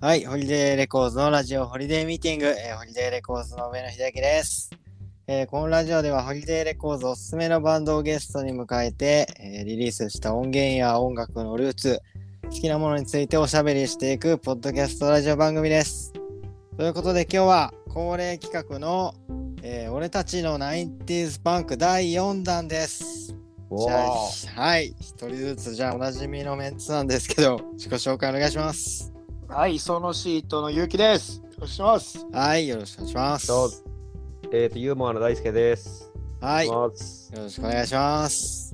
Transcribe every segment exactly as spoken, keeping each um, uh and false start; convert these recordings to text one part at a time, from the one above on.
はい、ホリデーレコーズのラジオホリデーミーティング、えー、ホリデーレコーズの上野秀明です、えー。このラジオではホリデーレコーズおすすめのバンドをゲストに迎えて、えー、リリースした音源や音楽のルーツ、好きなものについておしゃべりしていくポッドキャストラジオ番組です。ということで今日は恒例企画の、えー、俺たちのナインティーズパンクだいよんだんです。じゃあはい一人ずつじゃあおなじみのメンツなんですけど自己紹介お願いします。 はい、そのシートのゆうきです。よろしくお願いします。 はい、よろしくお願いします。 えっ、ー、と、ユーモアの大輔です。 はい、よろしくお願いします。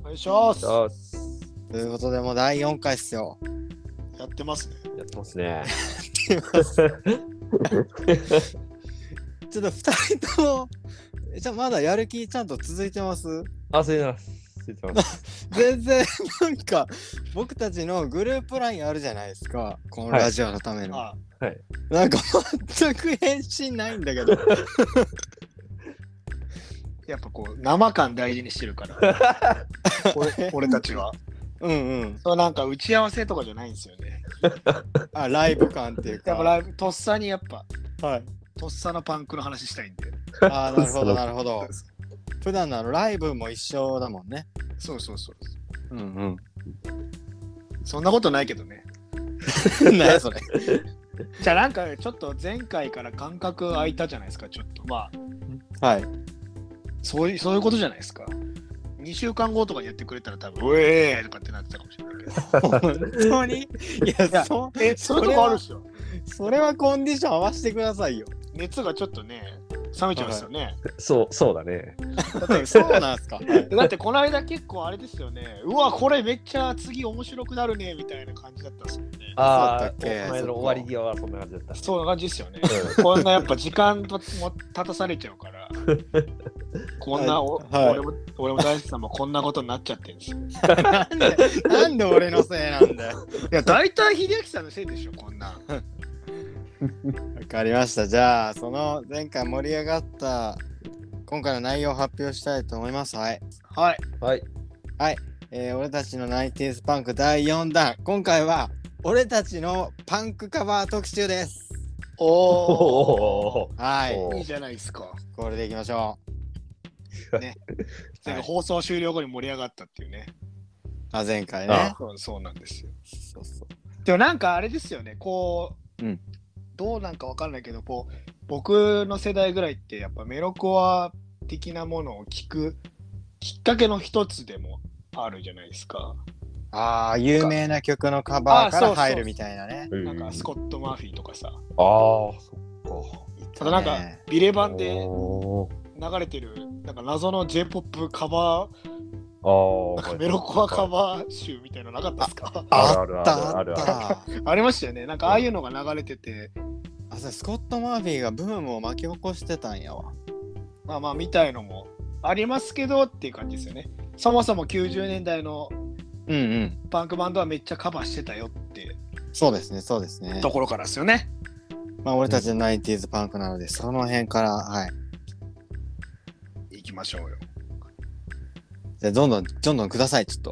お願いします。 ということで、もうだいよんかいっすよ。 やってますね。 やってますね。 やってます。ちょっとふたりとも、じゃあまだやる気ちゃんと続いてます？ あ、続いてます。 全然なんか僕たちのグループラインあるじゃないですか、このラジオのための、 はい、はい、 なんか全く返信ないんだけどやっぱこう生感大事にしてるから俺, 俺たちはうんうんそうなんか打ち合わせとかじゃないんですよねあライブ感っていうかやっぱライブとっさにやっぱはいとっさのパンクの話したいんであなるほどなるほど普段のあのライブも一緒だもんね。 そうそうそううんうんそんなことないけどね何やそれじゃあなんかちょっと前回から間隔空いたじゃないですかちょっとまあはいそういうそういうことじゃないですか。にしゅうかんごとかにやってくれたら多分うえーとかってなってたかもしれないけど本当にいやいやそえそういうとこあるっしょ。 それはコンディション合わせてくださいよ。 熱がちょっとね冷めちゃうんですよね、 はい、そうそうだねだってそうなんすかだってこの間結構あれですよねうわこれめっちゃ次面白くなるねみたいな感じだったんですよね。 ああこの間の終わり際はそんな感じだった。 そんな感じですよね、うん、こんなやっぱ時間とも立たされちゃうからこんな、はいはい、俺も俺も大輔さんもこんなことになっちゃってるんですよなんでなんで俺のせいなんだよいや大体秀明さんのせいでしょこんなわかりました。じゃあその前回盛り上がった今回の内容を発表したいと思います。はいはいはいはい、えー、俺たちのナインティーズパンクだいよんだん今回は俺たちのパンクカバー特集です。 おおはいいいじゃないですか。 これでいきましょうねなんか放送終了後に盛り上がったっていうね。 あ前回ねそう、そうなんですよ。 そうそうでもなんかあれですよねこう、うん、どうなんかわかんないけどこう僕の世代ぐらいってやっぱメロコア的なものを聞くきっかけの一つでもあるじゃないですか。 ああ有名な曲のカバーから入るみたいなね。 なんかスコット・マーフィーとかさ。 ああそっか。 ただなんかビレ版で流れてるなんか謎の J-ポップ カバーなんかメロコアカバー集みたいなのなかったですか？ あったあったありましたよね。なんかああいうのが流れてて、 あそれスコット・マーフィーがブームを巻き起こしてたんやわ。 まあまあみたいのもありますけどっていう感じですよね。そもそもきゅうじゅうねんだいのうんうんパンクバンドはめっちゃカバーしてたよってそうですねそうですねところからですよね。 まあ俺たちのナインティーズパンクなのでその辺からはい行きましょうよ。 じゃあどんどんどんどんくださいちょっと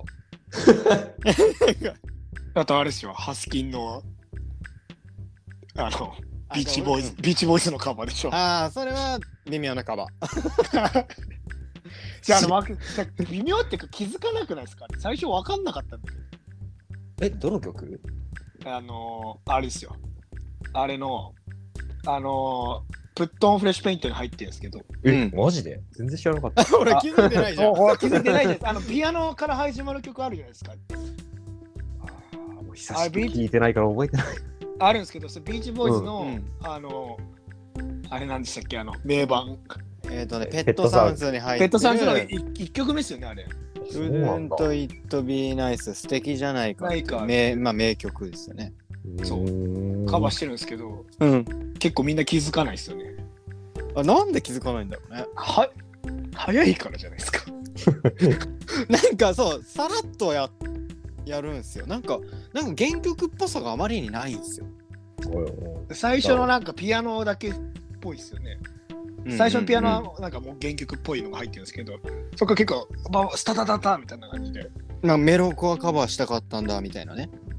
あとあれですよハスキンのあのビーチボーイズビーチボーイズのカバーでしょ。 ああそれは微妙なカバーじゃああの微妙っていうか気づかなくないですか、ね、最初分かんなかったんだけど。 えどの曲？ あのー、あれですよあれのあのー、プットオンフレッシュペイントに入ってるんですけど。 え、うん、マジで全然知らなかった俺気づいてないじゃん気づいてないです。あのピアノから始まる曲あるじゃないですか。 あもう久しぶりに聞いてないから覚えてないあるんですけどそれビーチボーイズの、うん、あのあれなんでしたっけあの名盤えっとねペットサウンズに入ってるペットサウンズのいっきょくめですよねあれ。 Wouldn't it be nice 素敵じゃないか名、まあ、名曲ですよね。 そうカバーしてるんですけど、 うん、 結構みんな気づかないですよね。 あなんで気づかないんだろうね。 は早いからじゃないですかなんかそうさらっとややるんですよ。なんかなんか原曲っぽさがあまりにないんですよ。 最初のなんかピアノだけっぽいですよね。最初のピアノはなんかもう原曲っぽいのが入ってるんですけど、そこ結構スタタタタみたいな感じでなんかメロコアカバーしたかったんだみたいなね。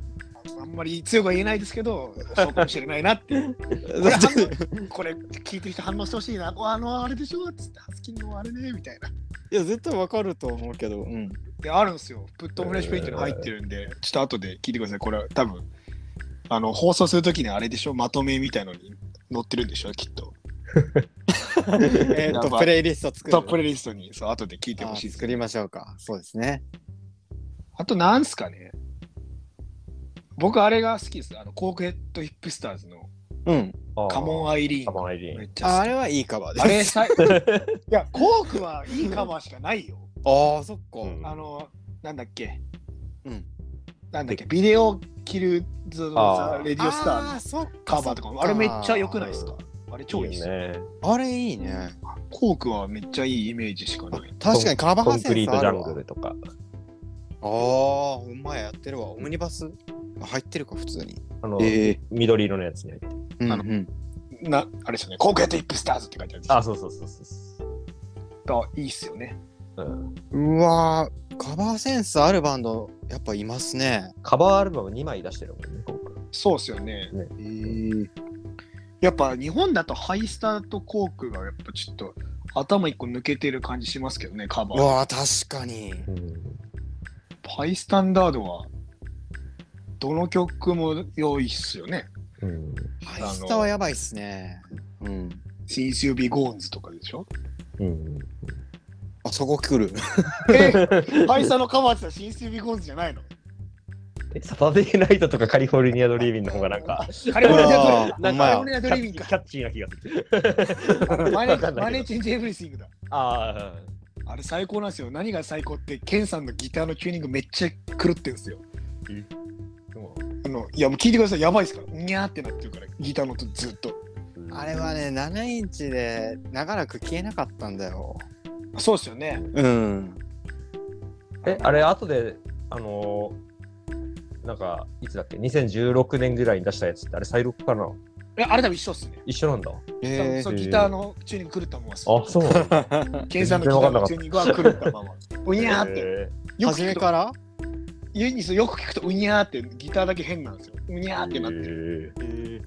あんまり強くは言えないですけど、そうかもしれないなって。これ反応これ聞いてる人反応してほしいな。あのあれでしょっつってハスキーのあれねみたいな。 いや絶対わかると思うけど、うん。 であるんですよ。プットオンフレッシュペイントに入ってるんで、ちょっと後で聞いてください。これは多分あの放送するときにあれでしょ、まとめみたいのに載ってるんでしょきっと。 えっとプレイリスト作る。 そうプレイリストにそう後で聞いてほしいです。 作りましょうか。そうですね。 あとなんすかね。僕あれが好きです。あのコークヘッドヒップスターズのうんカモンアイリーン。 カモンアイリーン。 めっちゃ好き。 あれはいいカバーです。 あれさいやコークはいいカバーしかないよ。 ああそっか。 うんあのなんだっけ。 うん。 なんだっけビデオキルズのレディオスターのカバーとかあれめっちゃ良くないですか。あれ超いいですね。 あれいいね。 コークはめっちゃいいイメージしかない。 確かにカバーコンクリートジャングルとか。 ああ、ほんまやってるわ。オムニバス入ってるか普通に。 あの、えー、緑色のやつに入ってる。 うんうん、 あのなあれですよね。コークヘッドヒップスターズって書いてあるんですよ。 あ、そうそうそうそうあ、いいっすよね。 うん、 うわー、カバーセンスあるバンドやっぱいますね。 カバーアルバムにまい出してるもんね。 そうっすよね。 ねえー、 やっぱ日本だとハイスターとコークがやっぱちょっと頭一個抜けてる感じしますけどね、カバー。 うわー、確かに。 うん、 ハイスタンダードはどの曲も良いっすよね。 うん、 ハイスタはやばいっすね。うん。 Since You Be Gone とかでしょ。 うん。 あそこ来る。 え、ハイスタのカバーって言ったら Since You Be Gone じゃないの？ え、サタデーナイトとかカリフォルニアドリーミンの方がなんかカリフォルニアドリーミン、 なんカリフォルニアドリーミンか。 キャッチーな気がする。 マネマネチェンジエブリシングだ。 ああれ最高なんですよ。何が最高ってケンさんのギターのチューニングめっちゃ狂ってるんですよ。あのいやもう聞いてください、やばいですから。にゃーってなってるからギターの音ずっと。 あれはねななインチで長らく消えなかったんだよ。 そうですよね。 うん。 え、あれ後であのー、なんかいつだっけにせんじゅうろくねんぐらいに出したやつってあれ再録かな。 え、あれ多分一緒っすね。 一緒なんだ。 えー、そうギターのチューニング狂ったままっす。 あ、そうなんだ。 ケンさんのギターのチューニングは狂ったまま。うにゃーって。 えー、 初めからよく聞くとうにゃーってギターだけ変なんですよ。うにゃーってなってる。 えー、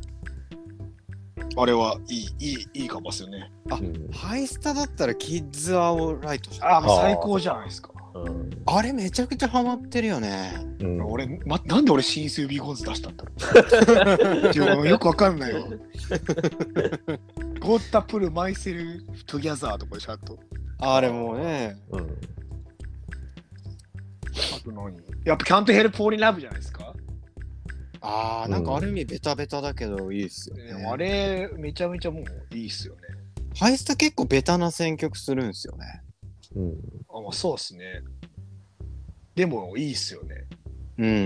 あれはいいいいいいかもっすよね。 あ、うん、ハイスタだったらキッズアオライトじゃん。 あ、もう最高じゃないですか。 うん、 あれめちゃくちゃハマってるよね。 うん、俺、ま、なんで俺シンスービーゴーズ出したんだろう。よくわかんないよ。ゴッタプルマイセルトゥギャザーとかでちゃんと。 あれもうね。 うん。 あと何？やっぱキャントヘルポーリンラブじゃないですか。 ああ、なんかある意味ベタベタだけどいいっすよね。 うん、あれめちゃめちゃもういいっすよね。 ハイスタ結構ベタな選曲するんすよね。 うん、 あ、まあ、そうっすね。でもいいっすよね。 うん。うん、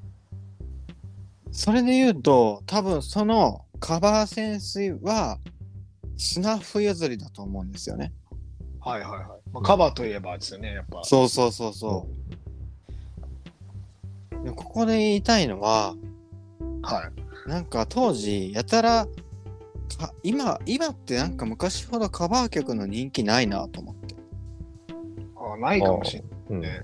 それで言うと多分そのカバーセンスはスナフ譲りだと思うんですよね。 はいはいはい。まあ、カバーといえばですよね、やっぱ。 そうそうそうそう。でここで言いたいのは、 はい。 なんか当時やたらか今今ってなんか昔ほどカバー曲の人気ないなと思って。 あ、ないかもしれないね。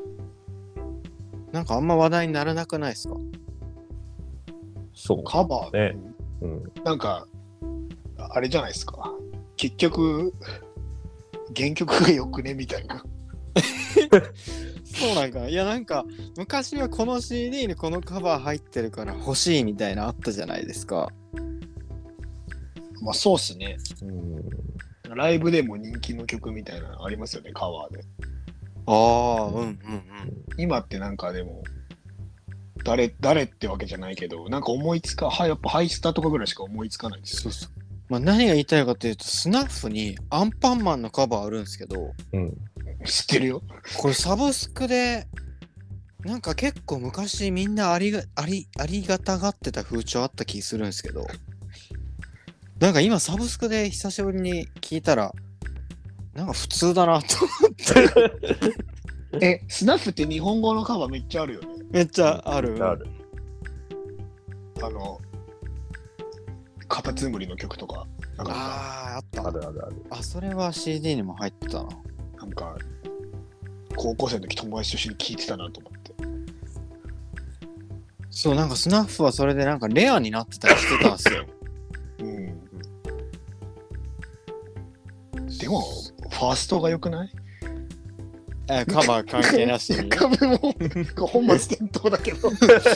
なんかあんま話題にならなくないですか？ そう。 カバー、 ね、うん、 なんかあれじゃないですか。結局原曲がよくねみたいな。 そうなんかいやなんか昔はこの シーディー にこのカバー入ってるから欲しいみたいなあったじゃないですか。 まあそうっすね。 うん、 ライブでも人気の曲みたいなのありますよね、カバーで。 ああ、うんうんうん。 今ってなんかでも誰誰ってわけじゃないけど、なんか思いつか、はやっぱハイスタとかぐらいしか思いつかないですよ。 そうそう。まあ何が言いたいかというとスナッフにアンパンマンのカバーあるんですけど、 うん、 知ってるよ。 これサブスクでなんか結構昔みんなありがありありがたがってた風潮あった気するんですけど、なんか今サブスクで久しぶりに聞いたらなんか普通だなと思って。 え、スナッフって日本語のカバーめっちゃあるよね。 めっちゃある。 ある。 あのカタツムリの曲とか。なんかああ、あった。 あるあるある。 あ、それは シーディー にも入ってたな。 なんか高校生の時友達と一緒に聴いてたなと思って。 そう、なんかスナッフはそれでなんかレアになってたりしてたんですよ。 うん。でも、ファーストが良くない？ えカバー関係なしに。 カバーも本末転倒だけど。で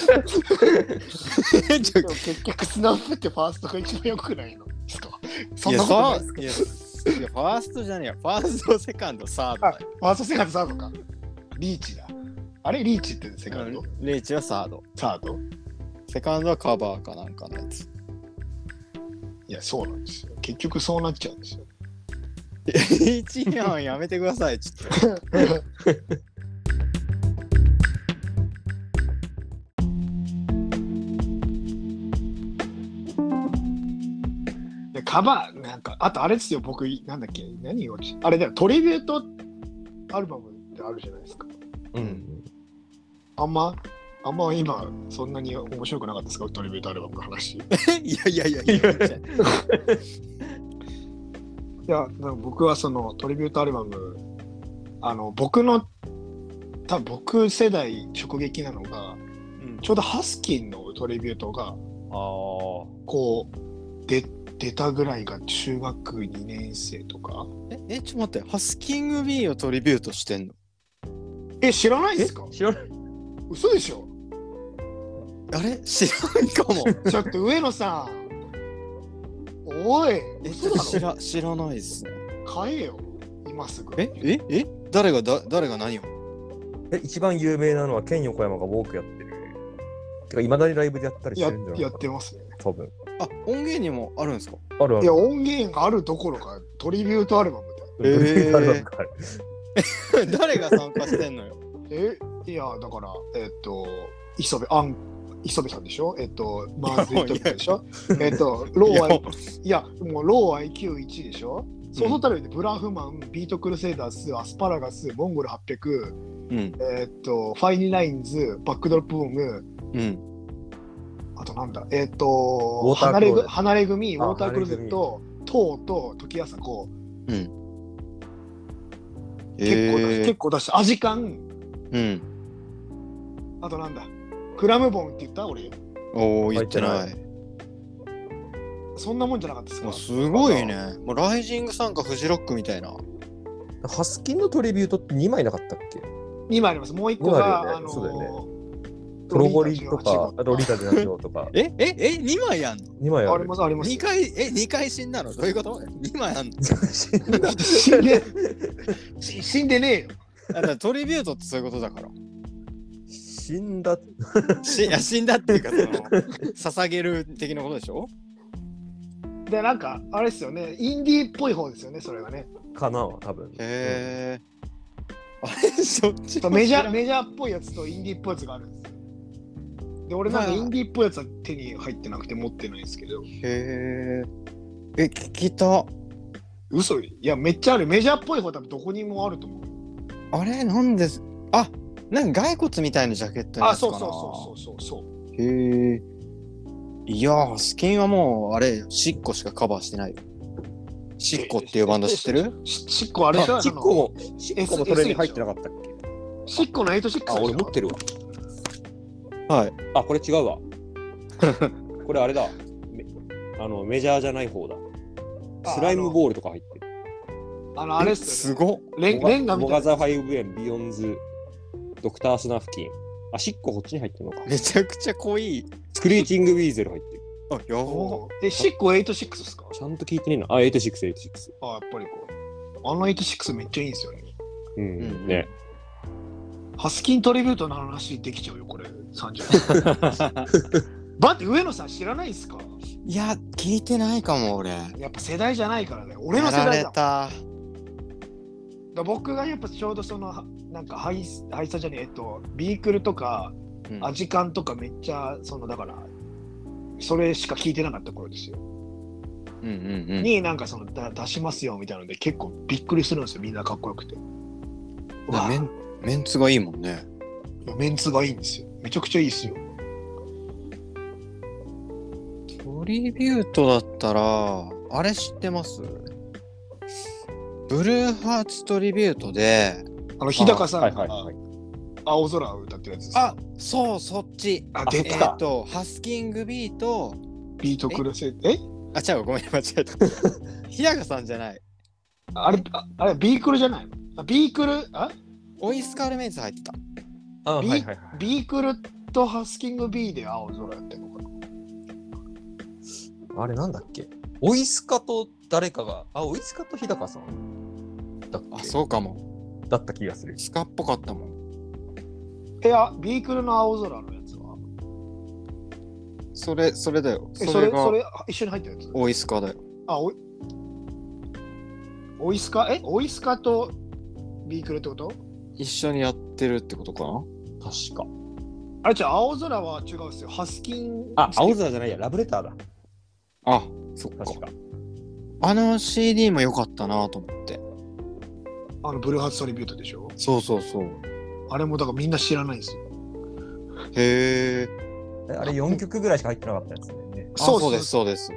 も結局スナッフってファーストが一番良くないのですか？そんなことないですか？ いや、いやファーストじゃねえよ。ファースト、セカンド、サードだよ。 ファースト、セカンド、サードか。リーチだ。あれリーチってセカンド？ リーチはサード。 サード？ セカンドはカバーかなんかのやつ。 いや、そうなんですよ。結局そうなっちゃうんですよ。 リーチ違反やめてください、ちょっと。 でカバー、なんか、あとあれですよ、僕、なんだっけ、何を、あれだよ、トリビュートアルバムってあるじゃないですか。 うん。 あんま、あんま今、そんなに面白くなかったですか、トリビュートアルバムの話。いいやいやいやいや。 いや、僕はそのトリビュートアルバム、あの、僕の、多分僕世代直撃なのが、うん、ちょうどハスキンのトリビュートが、あこう、で、出たぐらいが中学にねん生とか。 え、え、ちょっと待って、ハスキング B をトリビュートしてんの？ え、知らないですか？ 知らない。 嘘でしょ？ あれ知らないかも。 ちょっと上野さん。おい、 嘘だろ？知ら、知らないですね。 買えよ、今すぐ。 え、え、え、誰がだ、誰が何を？ え、一番有名なのはケン横山がウォークやってる。てか、いまだにライブでやったりしてるんじゃない？ やってますね。 多分。 あ、音源にもあるんですか？ あるある。 いや、音源があるどころか、トリビュートアルバムだよ。えー、誰が参加してんのよ？ え、いや、だから、えっと、磯部、あん、磯部さんでしょ？えっと、マーズイトでしょ？えっと、ローアイ、いや、もうロー アイキューワン でしょ？そうそうたるで、ブラフマン、ビートクルセイダース、アスパラガス、モンゴルはっぴゃく、うん、えっと、ファイニーラインズ、バックドロップボム、うん、あとなんだ、えっと、離れ組、離れ組、ウォータークローゼット、トウと時朝子、うん、結構出し、えー、結構出した、アジカン、うん、あとなんだ、クラムボンって言った俺。 おー、言ってない。 そんなもんじゃなかったですか？ すごいね。もうライジングさんかフジロックみたいな。 ハスキンのトリビュートってにまいなかったっけ？ にまいあります。もういっこが、 ね、あのー、そうだよね。トロゴリとか、ロリータじゅうはち号とか。 えええにまいあんの？ にまいある。 ありますあります。 にかい、え、にかい死んだの？どういうこと？ に 枚あんの？ 死んで、死んで、死んでねえよ。 だからトリビュートってそういうことだから。 死んだしいや死んだっていうかその捧げる的なことでしょ？ でなんかあれですよね、インディーっぽい方ですよね、それがね。 かな多分。 へえ。うん、あれそっちメジャーメジャーっぽいやつとインディーっぽいやつがあるんですよ。で俺なんかインディーっぽいやつは手に入ってなくて持ってないんですけど。へえ。え聞きた。 嘘？いやめっちゃある。メジャーっぽい方多分どこにもあると思う。 あれなんです？あ。なんか骸骨みたいなジャケットにあ、そうそうそうそうそうそう。 へえ。いやー、スキンはもうあれシッコしかカバーしてないよ。シッコっていうバンド知ってる？ シッコあれじゃん。 シッコもシッコもそれに入ってなかったっけ？ シッコのエイトシックス。 あ、俺持ってるわ。 はい。 あ、これ違うわ。これあれだ。あのメジャーじゃない方だ。スライムボールとか入ってる。 あのあれっすごっ。 レンガみたいな。 モガザファイブエンビヨンズ。ドクタースナフキン。あ、シッコこっちに入ってるのか。 めちゃくちゃ濃い。 スクリーチングウィーゼル入ってる。 あ、やば。 え、シッコエイトシックスですか？ ちゃんと聞いてねえな。あ、エイトシックス、エイトシックス。 あ、やっぱりこう。あのエイトシックスめっちゃいいんですよね。 うん、うん、ね。 ハスキントリビュートの話できちゃうよ、これ。さんじゅうバって上野さん知らないですか？ いや、聞いてないかも、俺。 やっぱ世代じゃないからね。俺の世代だ。 やられた。 だ僕がやっぱちょうどそのなんかハイハイサじゃねええっとビークルとか、うん、アジカンとかめっちゃそのだからそれしか聞いてなかった頃ですよ。 うんうんうん。 になんかそのだ出しますよみたいなので結構びっくりするんですよ、みんなかっこよくて。 メンメンツがいいもんね。 いやメンツがいいんですよ。めちゃくちゃいいですよ。 トリビュートだったらあれ知ってます？ブルーハーツトリビュートであの日高さんが、はいはいはい、 青空を歌ってるやつですか？ あ、そう、そっち。 あ、 あ出た。 えっと、ハスキングビーと、 ビートクルセえあ、違う、ごめん、間違えた。日高さんじゃない。 あれ、ああれ、ビークルじゃないの？あビークル、あオイスカルメンツ入ってた。 あ、 ビーはいはいはい。 ビークルとハスキング B で青空やってんのかな？ あれなんだっけ、オイスカと誰かが、あ、オイスカと日高さんだっけ、 あ、そうかも。 だった気がする。 スカっぽかったもん。 いや、ビークルの青空のやつは。 それ、それだよ。 え、それ、 それがそれ、あ一緒に入ったやつ？ オイスカだよ。 あ、おい、オイスカ、え、オイスカとビークルってこと？ 一緒にやってるってことかな。 確か。 あれ、じゃあ青空は違うんですよ。ハスキン。 あ、青空じゃないや、ラブレターだ。 あ、そっか。 確か。 あの シーディー も良かったなと思って。 あの、ブルーハーツトリビュートでしょ？ そうそうそう。 あれもだからみんな知らないんですよ。 へえ。 えあれよんきょくぐらいしか入ってなかったやつだよね。 あ、そうです、そうです。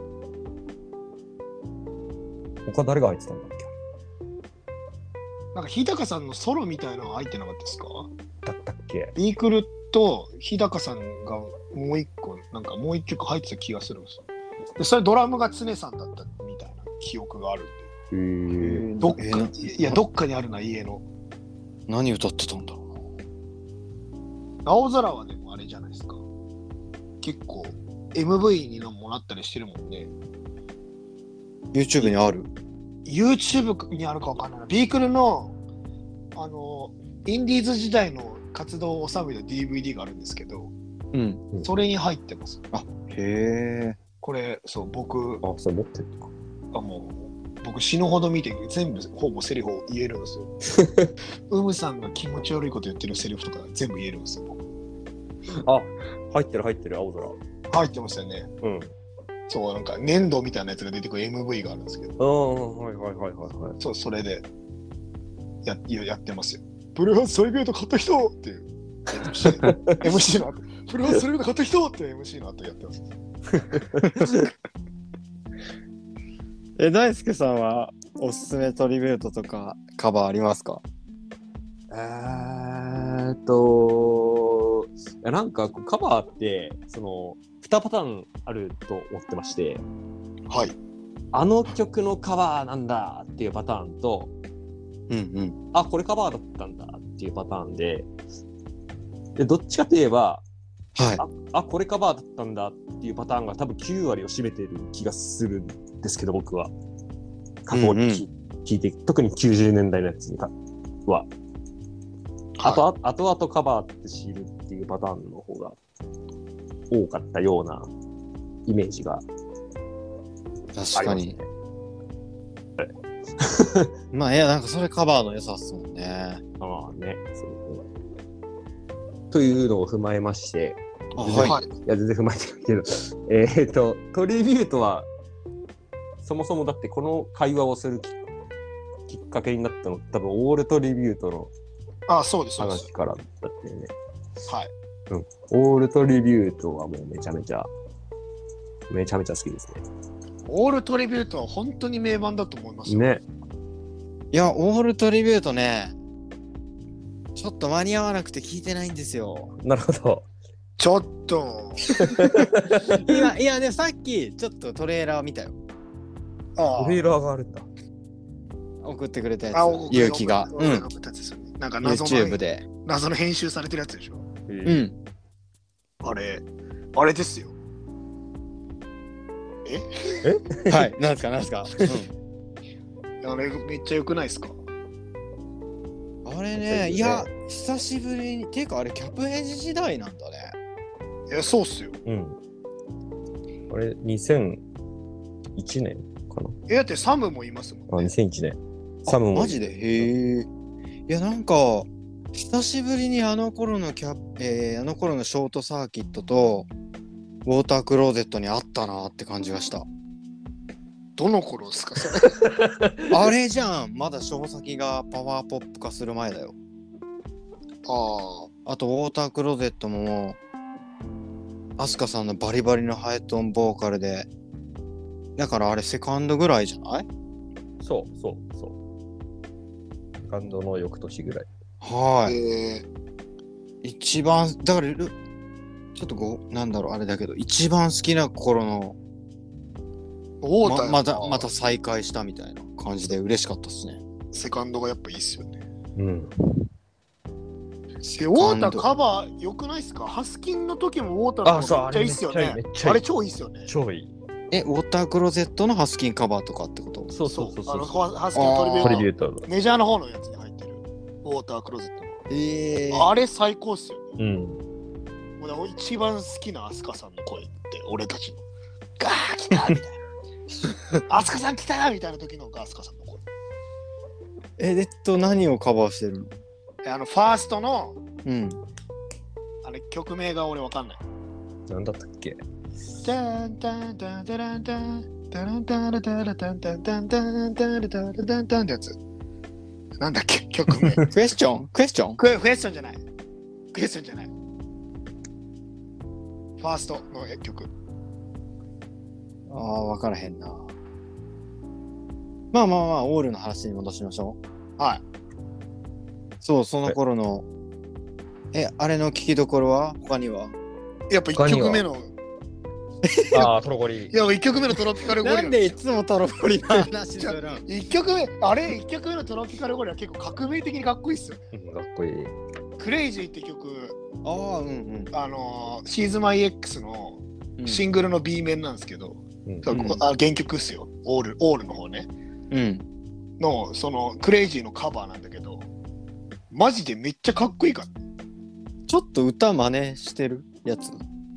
他誰が入ってたんだっなんか日高さんのソロみたいなの入ってなかったですか？ けだったっけ。 ビークルと日高さんがもう一個、なんかもう一曲入ってた気がするんですよ。で、それドラムが常さんだったみたいな記憶があるんで。 へえ。 どっか、 えーいや、どっかにあるな、家の。 何歌ってたんだろ青空はでもあれじゃないですか。結構 エムブイ にもなったりしてるもんね。 う。YouTube にある？ YouTube にあるかわかんないな。ビークルの、あの、インディーズ時代の活動を収めた ディーブイディー があるんですけど、 うん。 それに入ってます。 へえ。 これ、そう、僕、 あ、それ持ってるのか。 あもう、僕死ぬほど見て、全部ほぼセリフを言えるんですよ。ウムさんが気持ち悪いこと言ってるセリフとか全部言えるんですよ。 あ、入ってる入ってる、青空。 入ってますよね。 うん。 そう、なんか粘土みたいなやつが出てくる エムブイ があるんですけど、 うん、はいはいはいはいはい。 そう、それでややってますよ。ブルーハーツトリビュート買った人っていう エムシー, エムシー の後、ブルーハーツトリビュート買った人っていう エムシー の後やってます。 え、大輔さんはおすすめトリビュートとかカバーありますか？ えーっと、いやなんかこうカバーってそのにパターンあると思ってまして、 はい。 あの曲のカバーなんだっていうパターンと、 うんうん。 あ、これカバーだったんだっていうパターンで、でどっちかといえば、 はい。 あ、あこれカバーだったんだっていうパターンが多分きゅう割を占めてる気がするんですけど、僕は過去に聞いて、特にきゅうじゅうねんだいのやつにかは、あと、あとあとカバーって知るっていうパターンの方が多かったようなイメージがあ確かに。まあ、いや、なんかそれカバーの良さっすもんね。 ああね、そうというのを踏まえまして、 あ、 全然はい。 いや全然踏まえてるけど、えっとトリビュートはそもそもだってこの会話をするき, きっかけになったの多分オールトリビュートのあ、そうです、そうです話。からだったよね。 はい。 うん。オールトリビュートはもうめちゃめちゃめちゃめちゃ好きですね。 オールトリビュートは本当に名盤だと思いますよ。 ね。 いや、オールトリビュートね、ちょっと間に合わなくて聞いてないんですよ。 なるほど。 ちょっと。 いや、いや、で、さっきちょっとトレーラー見たよ。 あトレーラーがあるんだ。 送ってくれたやつ。 あ、 勇気が。うん。 なんか謎の YouTube で。 謎の編集されてるやつでしょ。 う。 うんん。 あれ、あれですよ。えはい。なんですか、なんですか。 あれめっちゃ良くないですか？ うん、あれね、いや、久しぶりに。ていうか、あれ、キャプヘジ時代なんだね。 いや、そうっすよ。 うん。あれ、にせんいちねんかな。 え、だってサムもいますもんあ、 ね。 にせんいちねん。サムも。 マジでへえ。いや、なんか、久しぶりにあの頃のキャ、えー、あの頃のショートサーキットと、ウォータークローゼットにあったなって感じがした。 どの頃ですか、それ。 あれじゃん、まだ小先がパワーポップ化する前だよ。 ああと、ウォータークローゼットも、アスカさんのバリバリのハイトーンボーカルで、だからあれセカンドぐらいじゃない？ そうそうそう。セカンドの翌年ぐらい。 あ。 はい。 え一番だからちょっとこうなんだろうあれだけど一番好きな頃のウォーターままたまた再会したみたいな感じで嬉しかったですね。 セカンドがやっぱいいっすよね。 うんでウォーターカバー良くないっすか？ハスキンの時もウォーターのカバーめっちゃいいっすよね。あれ超いいっすよね。 超いい。 え、ウォータークローゼットのハスキンカバーとかってこと？ そうそうそうそう。 あのハスキントリビュートトリビュートのメジャーの方のやつに入ってるウォータークローゼットの。 えー、 あれ最高っすよね。 うん。 もう一番好きなアスカさんの声って俺たちのガー来たみたいなアスカさん来たみたいな時のアスカさんの声。 え、えっと何をカバーしてるの？ あのファーストのうんあれ曲名が俺わかんない。 なんだったっけ？ タンタンタンタランタンタランタラタラタンタンタンタンタラタラタンタンってやつ。なんだっけ曲名。 クエスチョンクエスチョンクエクエスチョンじゃない。クエスチョンじゃない。ファーストの曲。 ああ、わからへんな。まあまあまあ、オールの話に戻しましょう。はい。 そう、その頃の。え、あれの聞きどころは他にはやっぱいっきょくめの。 ああ、トロゴリ。 いや、いっきょくめのトロピカルゴリラ。 なんでいつもトロゴリの話するの？ いっきょくめ、あれ、いっきょくめのトロピカルゴリラ結構革命的にかっこいいっすよ。 うん、かっこいい。 クレイジーって曲、 ああ、うんうん。 あのー、シーズマイ X のシングルの B 面なんですけど、 うん、 あ原曲っすよ。オール、オールの方ね。 うん。 の、そのクレイジーのカバーなんだけど、マジでめっちゃかっこいいから。 ちょっと歌真似してるやつ。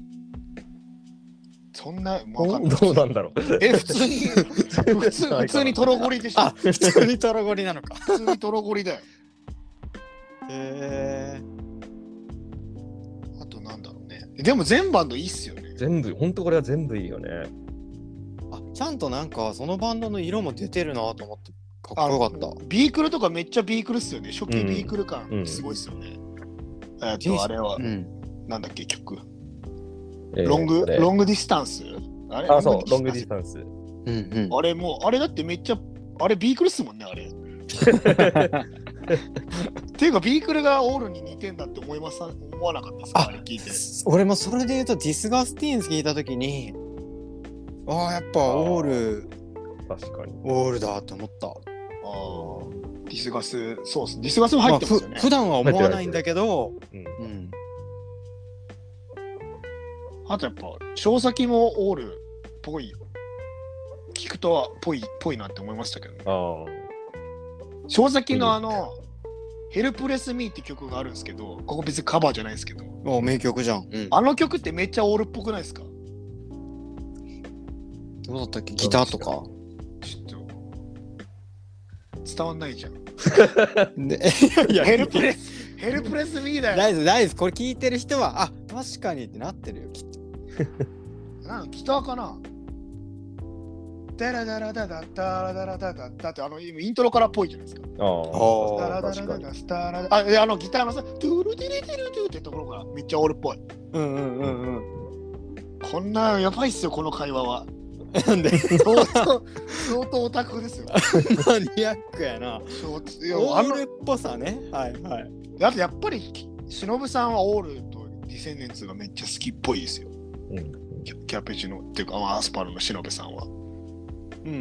そんな、わかんない。 どうなんだろう。 え、普通に、普通普通にトロゴリでしょ。 あ、普通にトロゴリなのか。 普通にトロゴリだよ。 へえ。 あとなんだろうね。でも全バンドいいっすよね。 全部、ほんとこれは全部いいよね。 あ、ちゃんとなんかそのバンドの色も出てるなと思ってかっこよかった。 ビークルとかめっちゃビークルっすよね。初期ビークル感すごいっすよね。うん、えっと、あれは、うん、なんだっけ曲。えー、ロング、ロングディスタンスあれあ、そう、ロングディスタンス。 うんうん、 あれもう、あれだってめっちゃ、あれビークルっすもんね、あれ。っていうか、ビークルがオールに似てんだって思います思わなかったですか？あれ聞いて。 俺もそれで言うと、ディスガスティーンズ聞いたときに、ああ、やっぱオール、 確かに。 オールだって思った。ああ、 ディスガス、そうっす。ディスガスも入ってますよね。 まあ、ふ普段は思わないんだけど、うん。うん、 あとやっぱ、小先もオールっぽい。聞くとぽい、ぽいなって思いましたけどね。あ小先のあの、ヘルプレスミーって曲があるんですけど、ここ別にカバーじゃないですけど。 お名曲じゃん、うん。 あの曲ってめっちゃオールっぽくないですか？ どうだったっけ？ギターとかちょっと伝わんないじゃん。 でいやヘルプレス、ヘルプレスミーだよ。 大丈夫、大丈夫。これ聞いてる人は、あ、確かにってなってるよ、きっと。 なんかギターかな？ダラダラダダダラダラダダダってあのイントロからっぽいじゃないですか。ああ、確かに。あ、あのギターのさ、トゥルティリティルトゥってところがめっちゃオールっぽい。 うんうんうんうん。 こんなやばいっすよこの会話は。 なんで相当相当オタクですよ。 マニアックやな。オールっぽさね。はいはい。 だってやっぱり忍さんはオールとディセンデンツがめっちゃ好きっぽいですよ。うん、キャ、キャペチノっていうかアスパルの忍さんは。 うんうんうん。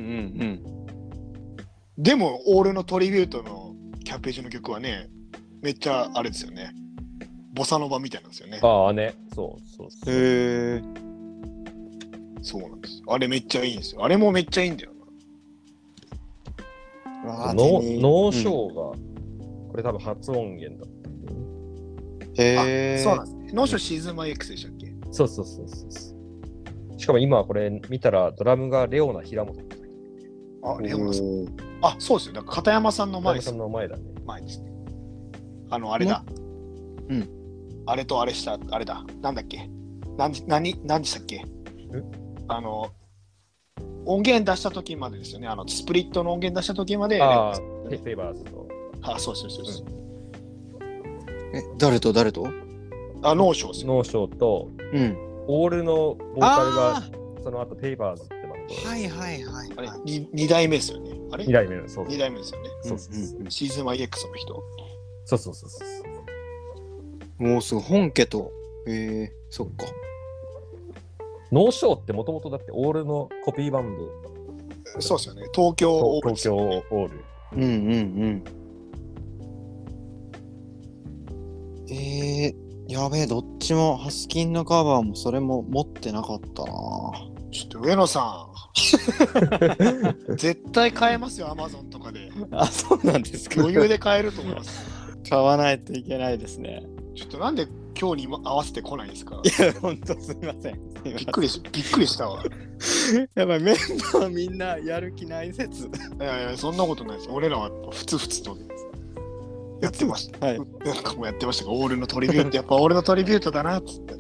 でもオールのトリビュートのキャペチノ曲はね、めっちゃあれですよね。ボサノバみたいなんですよね。 ああね、そうそうそう。 へえ。 そうなんです。あれめっちゃいいんですよ。あれもめっちゃいいんだよな。ノーショーが、うん、これ多分初音源だった。 へえ。そうなんですね。ノーショーシーズンマイ X でしたっけ？ そうそうそうそう。しかも今これ見たらドラムがレオナ平本。 あ、レオナさん。あ、そうですよ。だから片山さんの前です。 片山さんの前だね。 前ですね。あの、あれだ。うん。あれとあれした、あれだ。なんだっけ？何、何、何でしたっけ？あの、音源出した時までですよね。あの、スプリットの音源出した時まで。 ああ、フェイバーズと。 あ、そうそうそうそう。 え、誰と誰と？ あ、ノーショーですよ。 ノーショーと、うん。オールのボーカルがその後ペイバーズってバンド。 はいはいはい。 あれ に, に代目ですよね。あれ ?に代目そう。 に代目ですよね。 そうそうそう。 シーズン ワイエックス の人。 そうそうそうそう。 もうすぐ本家と。えー、そっか。 ノーショーってもともとだってオールのコピーバンド。 そうですよね。東京オール、 東京オール。 うんうんうん。えー、やべえ、どっちもハスキンのカバーもそれも持ってなかったな。 ちょっと上野さん絶対買えますよ、アマゾンとかで。 あ、そうなんですか。 余裕で買えると思います。 買わないといけないですね。 ちょっとなんで今日に合わせてこないんですか。 いや、ほんとすみません。 びっくりし、びっくりしたわ。 やばい、メンバーみんなやる気ない説。 いやいや、そんなことないです。俺らはふつふつとやってました。 はい。 なんかもうやってましたが、オールのトリビュート、やっぱオールのトリビュートだなっつって。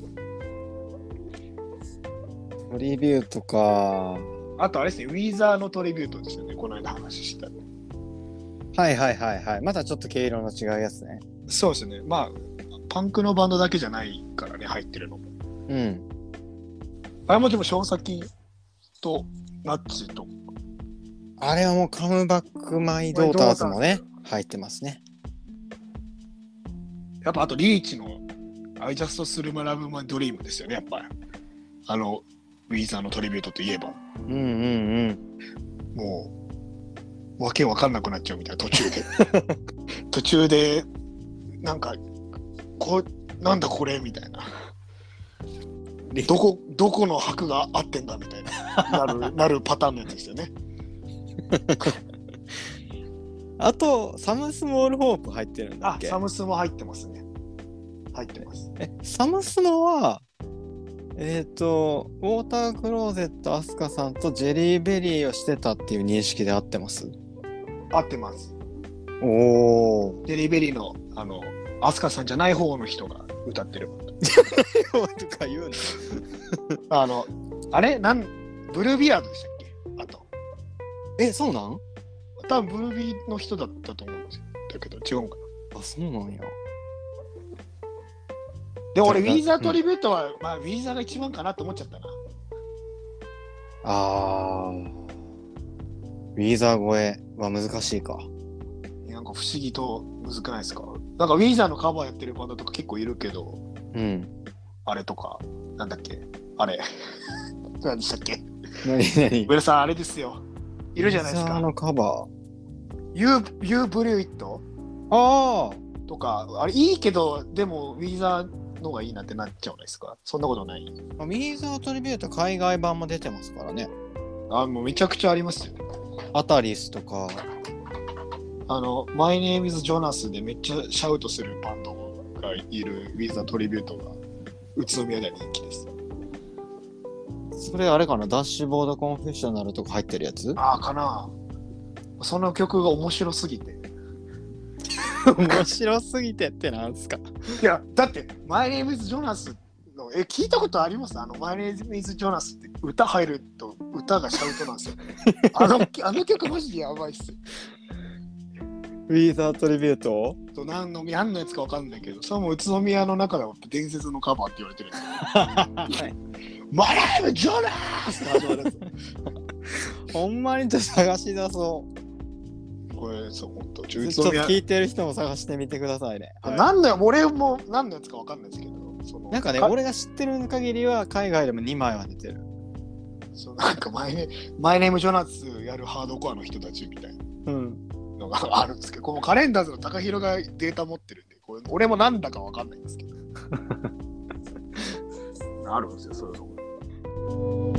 トリビュートか。 あとあれですね、ウィザーのトリビュートですよね、この間話した。 はいはいはいはい。またちょっと毛色の違うやつね。 そうですね。まあ、パンクのバンドだけじゃないからね、入ってるのも。 うん。 あれもでも、小崎とナッチと。 あれはもうカムバックマイドーターズもね、入ってますね。 やっぱあとリーチの I just threw my love my dream ですよね、やっぱり。あの、ウィザーのトリビュートといえば。 うんうんうん。 もう、わけわかんなくなっちゃうみたいな、途中で。途中で、なんか、こう、なんだこれみたいな。どこ、どこの拍が合ってんだみたいな、なる、なるパターンのやつですよね。 あと、サムスモールホープ入ってるんだっあ、 け？ サムスも入ってますね。入ってます。 え、サムスモは、えっ、ー、と、ウォータークローゼットアスカさんとジェリーベリーをしてたっていう認識で合ってます？ 合ってます。 おー。 ジェリーベリーの、あの、アスカさんじゃない方の人が歌ってる。 とか言うのあの、あれなん、ブルービアードでしたっけ？あと。 え、そうなん？ 多分ブルービーの人だったと思うんですよ。だけど違うかな。 あ、そうなんや。 でも俺、ウィーザートリビュートは、うん、まあ、ウィーザーが一番かなと思っちゃったな。 あー。ウィーザー超えは難しいか。 なんか不思議と難くないですか？なんかウィーザーのカバーやってるバンドとか結構いるけど、 うん。 あれとか、なんだっけあれ。何でしたっけ？ 何何？ 上田さん、あれですよ。いるじゃないですか。 ウィーザーのカバー。 You, you Blew It? あーとか、あれいいけど、でもウィーザーの方がいいなってなっちゃうんですか？そんなことない。 あ。ウィーザートリビュート海外版も出てますからね。 あ、もうめちゃくちゃありますよね。 アタリスとか。 あの、My Name is Jonas でめっちゃシャウトするバンドがいるウィーザートリビュートが宇都宮では人気です。 それあれかな、ダッシュボードコンフェッショナルとか入ってるやつ？ ああ、かな。その曲が面白すぎて。 面白すぎてってなんすか？ いや、だって、My Name is Jonas の、え、聞いたことあります？あの、My Name is Jonas って歌入ると歌がシャウトなんですよ。あの、あの曲マジでやばいっす。 ウィーザートリビュート？ と何の、何のやつかわかんないけど、それも宇都宮の中では伝説のカバーって言われてるんですよ。My name is Jonas! って始まるやつ。 ほんまにちょっと探し出そう。 これ、そう、ほんと。 ちょっと聞いてる人も探してみてくださいね。 はい、何の、俺も何のやつかわかんないですけど、そのなんかね、か俺が知ってる限りは海外でもにまいは出てる。 そう、なんかマイネ、マイネームジョナスやるハードコアの人たちみたいなのがあるんですけど、このカレンダーズの高弘がデータ持ってるんで、これ俺もなんだかわかんないんですけど。あるんですよ、そういうの。